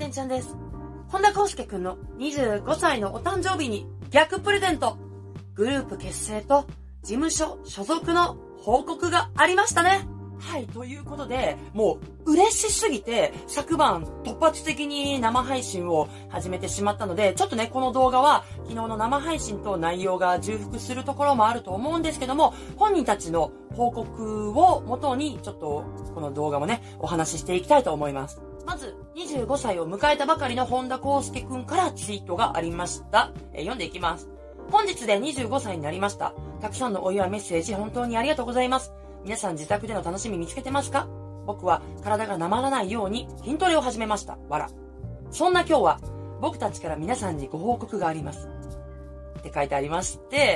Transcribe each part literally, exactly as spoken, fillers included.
んちゃんです。本田康介くんのにじゅうごさいのお誕生日に逆プレゼント。グループ結成と事務所所属の報告がありましたね。はい、ということで、もう嬉しすぎて昨晩突発的に生配信を始めてしまったので、ちょっとね、この動画は昨日の生配信と内容が重複するところもあると思うんですけども、本人たちの報告を元にちょっとこの動画もね、お話ししていきたいと思います。まず、にじゅうごさいを迎えたばかりの本田康介くんからツイートがありました。えー、読んでいきます。本日でにじゅうごさいになりました。たくさんのお祝いメッセージ本当にありがとうございます。皆さん自宅での楽しみ見つけてますか？僕は体がなまらないように筋トレを始めました。わら。そんな今日は僕たちから皆さんにご報告があります。って書いてありまして、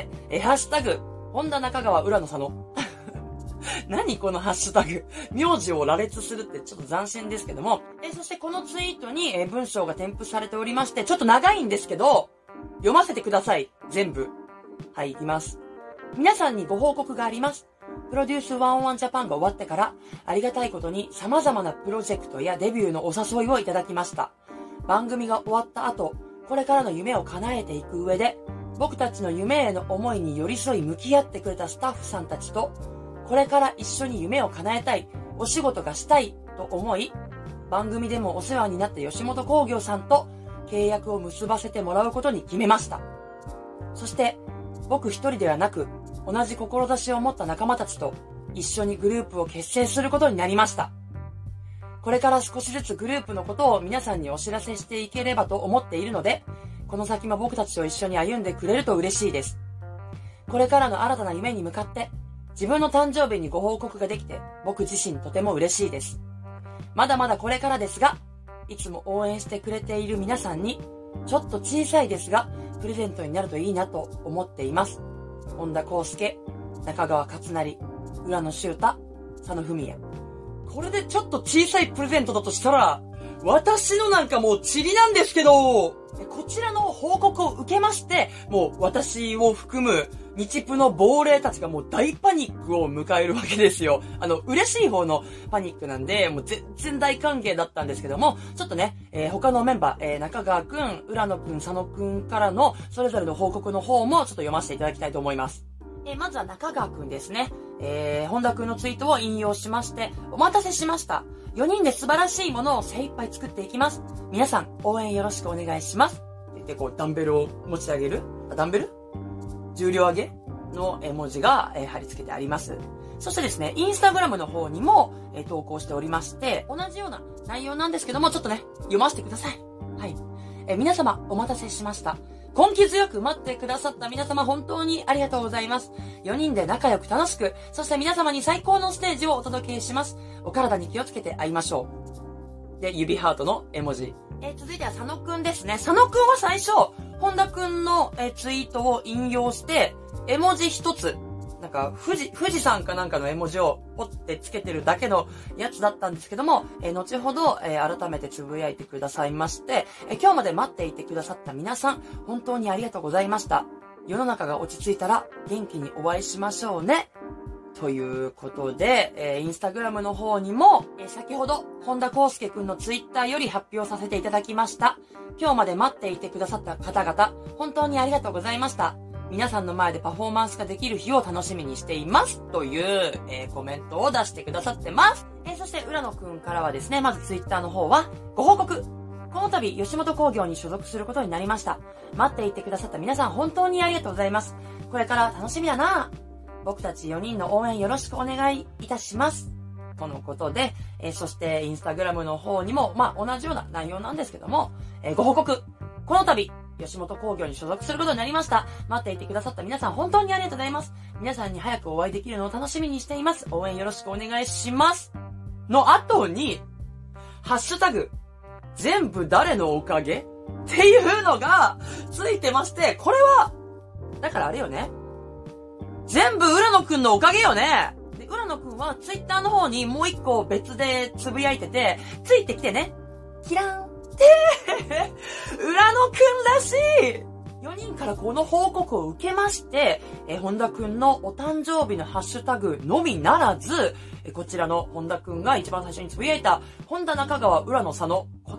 え、ハッシュタグ、本田中川浦野佐野。何このハッシュタグ。名字を羅列するってちょっと斬新ですけども。え、そしてこのツイートにえ文章が添付されておりまして、ちょっと長いんですけど、読ませてください。全部。はい、いきます。皆さんにご報告があります。プロデュースひゃくいちジャパンが終わってから、ありがたいことに様々なプロジェクトやデビューのお誘いをいただきました。番組が終わった後、これからの夢を叶えていく上で、僕たちの夢への思いに寄り添い向き合ってくれたスタッフさんたちと、これから一緒に夢を叶えたい、お仕事がしたいと思い、番組でもお世話になった吉本興業さんと契約を結ばせてもらうことに決めました。そして、僕一人ではなく、同じ志を持った仲間たちと一緒にグループを結成することになりました。これから少しずつグループのことを皆さんにお知らせしていければと思っているので、この先も僕たちと一緒に歩んでくれると嬉しいです。これからの新たな夢に向かって、自分の誕生日にご報告ができて、僕自身とても嬉しいです。まだまだこれからですが、いつも応援してくれている皆さんに、ちょっと小さいですが、プレゼントになるといいなと思っています。本田康介、中川勝成、浦野修太、佐野文也。これでちょっと小さいプレゼントだとしたら、私のなんかもうチリなんですけど、こちらの報告を受けまして、もう私を含む日プの亡霊たちがもう大パニックを迎えるわけですよ。あの、嬉しい方のパニックなんで、もう全然大歓迎だったんですけども、ちょっとね、えー、他のメンバー、えー、中川くん、浦野くん、佐野くんからのそれぞれの報告の方もちょっと読ませていただきたいと思います。えー、まずは中川くんですね。えー、本田くんのツイートを引用しまして、お待たせしました。よにんで素晴らしいものを精一杯作っていきます。皆さん、応援よろしくお願いします。って言って、こう、ダンベルを持ち上げるあ、ダンベル重量上げの絵文字が、えー、貼り付けてあります。そしてですね、インスタグラムの方にも、えー、投稿しておりまして、同じような内容なんですけども、ちょっとね、読ませてください。はい。えー、皆様、お待たせしました。根気強く待ってくださった皆様本当にありがとうございます。よにんで仲良く楽しく、そして皆様に最高のステージをお届けします。お体に気をつけて会いましょう。で、指ハートの絵文字。えー、続いては佐野くんですね。佐野くんは最初、本田くんの、えー、ツイートを引用して、絵文字一つ、なんか、富士、富士山かなんかの絵文字をポッてつけてるだけのやつだったんですけども、えー、後ほど、えー、改めてつぶやいてくださいまして、えー、今日まで待っていてくださった皆さん、本当にありがとうございました。世の中が落ち着いたら元気にお会いしましょうね。ということで、えー、インスタグラムの方にも、えー、先ほど、本田康介くんのツイッターより発表させていただきました。今日まで待っていてくださった方々、本当にありがとうございました。皆さんの前でパフォーマンスができる日を楽しみにしています。という、えー、コメントを出してくださってます。えー、そして、浦野くんからはですね、まずツイッターの方は、ご報告。この度、吉本興業に所属することになりました。待っていてくださった皆さん、本当にありがとうございます。これから楽しみだな。僕たちよにんの応援よろしくお願いいたします。とのことで、えー、そして、インスタグラムの方にも、まあ、同じような内容なんですけども、えー、ご報告。この度、吉本興業に所属することになりました。待っていてくださった皆さん本当にありがとうございます。皆さんに早くお会いできるのを楽しみにしています。応援よろしくお願いします。の後に、ハッシュタグ、全部誰のおかげっていうのがついてまして、これは、だからあれよね。全部浦野くんのおかげよね。で、浦野くんはツイッターの方にもう一個別でつぶやいてて、ついてきてね。キラーンって浦野くんらしい。よにんからこの報告を受けまして、え本田くんのお誕生日のハッシュタグのみならず、えこちらの本田くんが一番最初につぶやいた、本田中川浦野佐野、こ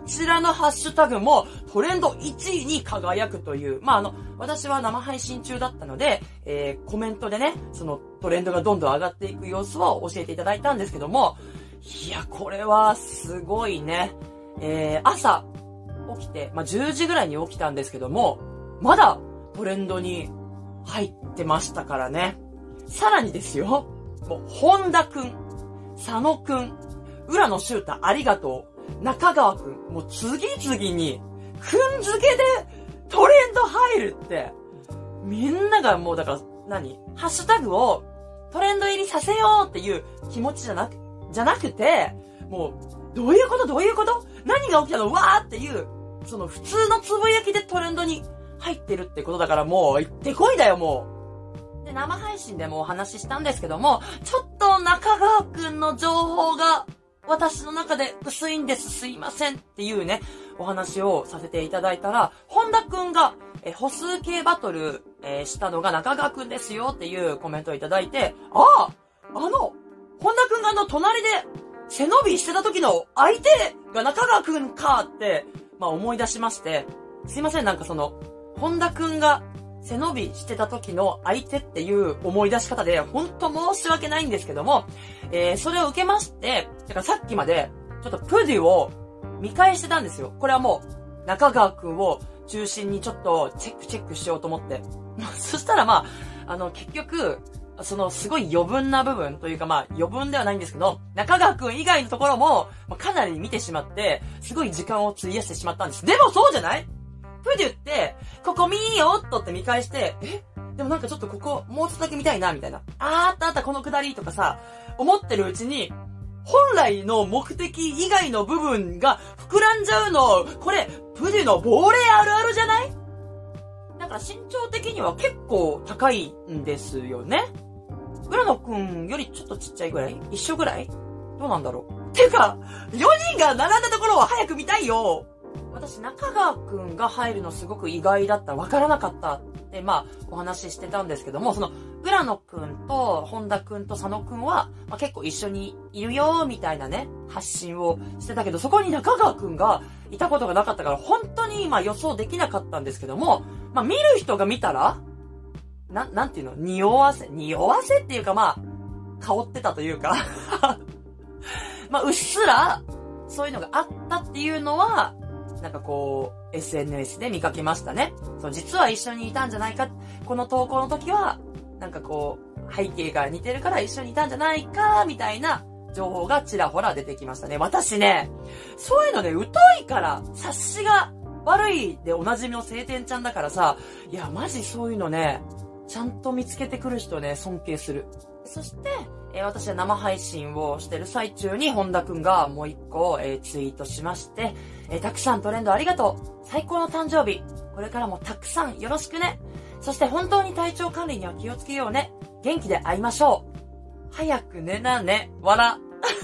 ちらのハッシュタグもトレンドいちいに輝くという、まあ、あの、私は生配信中だったので、えー、コメントでね、そのトレンドがどんどん上がっていく様子を教えていただいたんですけども、いや、これはすごいね。えー、朝起きて、まあ、じゅうじぐらいに起きたんですけども、まだトレンドに入ってましたからね。さらにですよ、もう、本田くん、佐野くん、浦野修太ありがとう、中川くん、もう次々に、くん付けでトレンド入るって、みんながもうだから、何ハッシュタグをトレンド入りさせようっていう気持ちじゃなく、じゃなくて、もう、どういうことどういうこと何が起きたのわーっていう、その普通のつぶやきでトレンドに入ってるってことだからもう、行ってこいだよもう。で、生配信でもお話ししたんですけども、ちょっと中川くんの情報が私の中で薄いんです、すいませんっていうね、お話をさせていただいたら、本田くんが、え、歩数計バトル、えー、したのが中川くんですよっていうコメントをいただいて、あああの、本田くんがあの隣で背伸びしてた時の相手が中川くんかって、まあ思い出しまして、すいませんなんかその、本田くんが背伸びしてた時の相手っていう思い出し方で、ほんと申し訳ないんですけども、えー、それを受けまして、だからさっきまで、ちょっとプデュを見返してたんですよ。これはもう、中川くんを中心にちょっとチェックチェックしようと思って。そしたらまあ、あの結局、そのすごい余分な部分というかまあ余分ではないんですけど、中川くん以外のところもかなり見てしまって、すごい時間を費やしてしまったんです。でもそうじゃない？プデュって、ここ見ーよっとって見返して、えでもなんかちょっとここもうちょっとだけ見たいなみたいな。あーあったあったこのくだりとかさ、思ってるうちに、本来の目的以外の部分が膨らんじゃうの、これ、プデュの亡霊あるあるじゃない？だから身長的には結構高いんですよね。浦野くんよりちょっとちっちゃいぐらい？一緒ぐらい？どうなんだろう。てか、よにんが並んだところを早く見たいよ。私、中川くんが入るのすごく意外だった。わからなかったって、まあ、お話ししてたんですけども、その、浦野くんと、本田くんと佐野くんは、まあ、結構一緒にいるよ、みたいなね、発信をしてたけど、そこに中川くんがいたことがなかったから、本当に今予想できなかったんですけども、まあ、見る人が見たら、な、なんていうの？匂わせ匂わせっていうかまあ、香ってたというか。まあ、うっすら、そういうのがあったっていうのは、なんかこう、エスエヌエス で見かけましたね。そう、実は一緒にいたんじゃないか。この投稿の時は、なんかこう、背景が似てるから一緒にいたんじゃないか、みたいな情報がちらほら出てきましたね。私ね、そういうのね、疎いから、察しが悪いでおなじみの晴天ちゃんだからさ、いや、マジそういうのね、ちゃんと見つけてくる人ね、尊敬する。そして、えー、私は生配信をしてる最中に、本田くんがもう一個、えー、ツイートしまして、えー、たくさんトレンドありがとう。最高の誕生日。これからもたくさんよろしくね。そして本当に体調管理には気をつけようね。元気で会いましょう。早く寝なね。わら。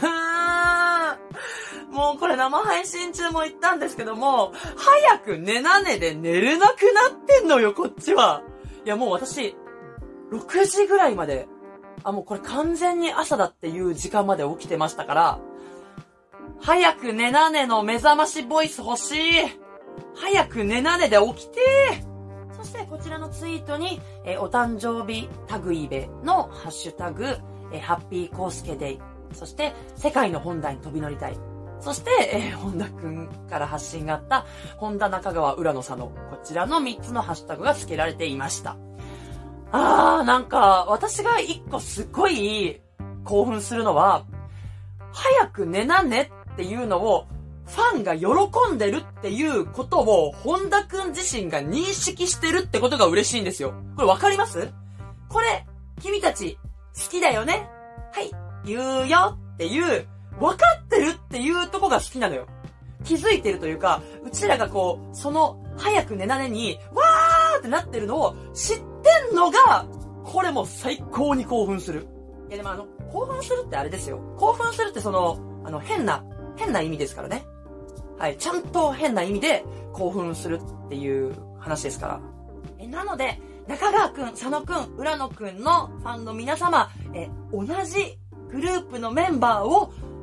もうこれ生配信中も言ったんですけども、早く寝なねで寝れなくなってんのよ、こっちは。いやもう私、ろくじぐらいまで、あ、もうこれ完全に朝だっていう時間まで起きてましたから、早く寝なねの目覚ましボイス欲しい。早く寝なねで起きて。そしてこちらのツイートに、えー、お誕生日タグイベのハッシュタグ、えー、ハッピーコースケデイ。そして世界の本題に飛び乗りたい。そして、えー、本田くんから発信があった、本田中川浦野佐野。こちらのみっつのハッシュタグが付けられていました。あー、なんか、私が一個すっごい興奮するのは、早く寝なねっていうのを、ファンが喜んでるっていうことを、本田くん自身が認識してるってことが嬉しいんですよ。これわかります？これ、君たち、好きだよね？はい、言うよっていう、分かってるっていうとこが好きなのよ。気づいてるというか、うちらがこう、その、早く寝なねに、わーってなってるのを知ってんのが、これもう最高に興奮する。いやでもあの、興奮するってあれですよ。興奮するってその、あの、変な、変な意味ですからね。はい、ちゃんと変な意味で興奮するっていう話ですから。え、なので、中川くん、佐野くん、浦野くんのファンの皆様、え、同じグループのメンバーを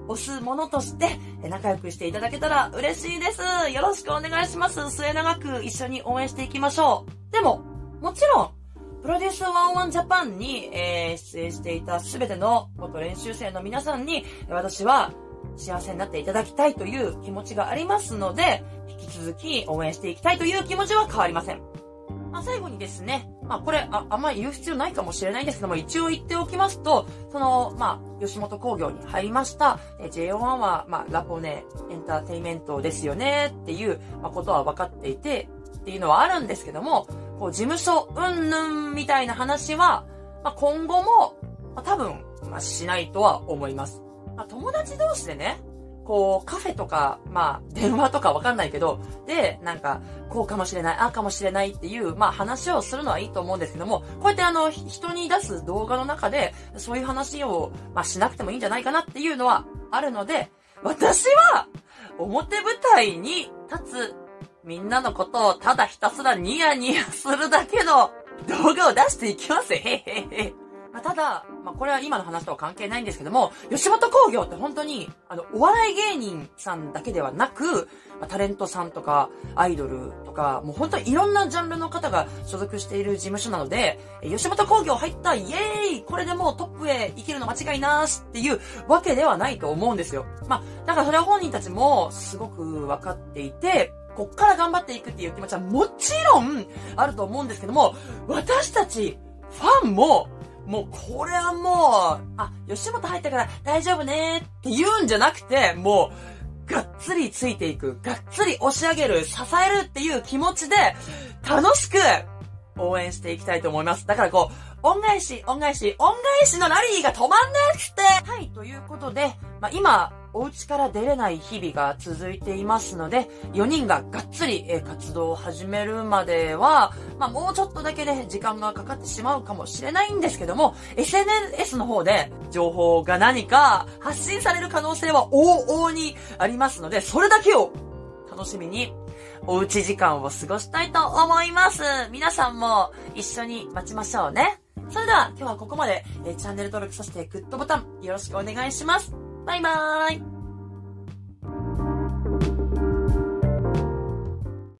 押すものとして仲良くしていただけたら嬉しいです。よろしくお願いします。末永く一緒に応援していきましょう。でも、もちろん、プロデュースひゃくいちジャパンに、えー、出演していたすべての元練習生の皆さんに、私は幸せになっていただきたいという気持ちがありますので、引き続き応援していきたいという気持ちは変わりません。まあ、最後にですね、まあこれあ、あんまり言う必要ないかもしれないんですけども、一応言っておきますと、その、まあ、吉本興業に入りました、え ジェイオーワン は、まあ、ラポネエンターテイメントですよねっていう、まあ、ことは分かっていて、っていうのはあるんですけども、こう、事務所、うんぬんみたいな話は、まあ、今後も、まあ、多分、まあ、しないとは思います。まあ、友達同士でね、こう、カフェとか、まあ、電話とかわかんないけど、で、なんか、こうかもしれない、あかもしれないっていう、まあ、話をするのはいいと思うんですけども、こうやってあの、人に出す動画の中で、そういう話を、まあ、しなくてもいいんじゃないかなっていうのはあるので、私は、表舞台に立つ、みんなのことをただひたすらニヤニヤするだけの動画を出していきます。へへへ。まあ、ただ、まあ、これは今の話とは関係ないんですけども、吉本興業って本当に、あの、お笑い芸人さんだけではなく、まあ、タレントさんとか、アイドルとか、もう本当にいろんなジャンルの方が所属している事務所なので、吉本興業入ったイエーイこれでもうトップへ行けるの間違いなしっていうわけではないと思うんですよ。まあ、だからそれは本人たちもすごく分かっていて、こっから頑張っていくっていう気持ちはもちろんあると思うんですけども、私たちファンも、もうこれはもう、あ、吉本入ったから大丈夫ねって言うんじゃなくて、もう、がっつりついていく、がっつり押し上げる、支えるっていう気持ちで、楽しく応援していきたいと思います。だからこう、恩返し、恩返し、恩返しのラリーが止まんねえっつって。はい、ということで、まあ、今、お家から出れない日々が続いていますので、よにんががっつり、えー、活動を始めるまでは、まあ、もうちょっとだけね、時間がかかってしまうかもしれないんですけども、エスエヌエス の方で情報が何か発信される可能性は往々にありますので、それだけを楽しみに、おうち時間を過ごしたいと思います。皆さんも一緒に待ちましょうね。それでは今日はここまで、えー、チャンネル登録そしてグッドボタンよろしくお願いします。バイバーイ。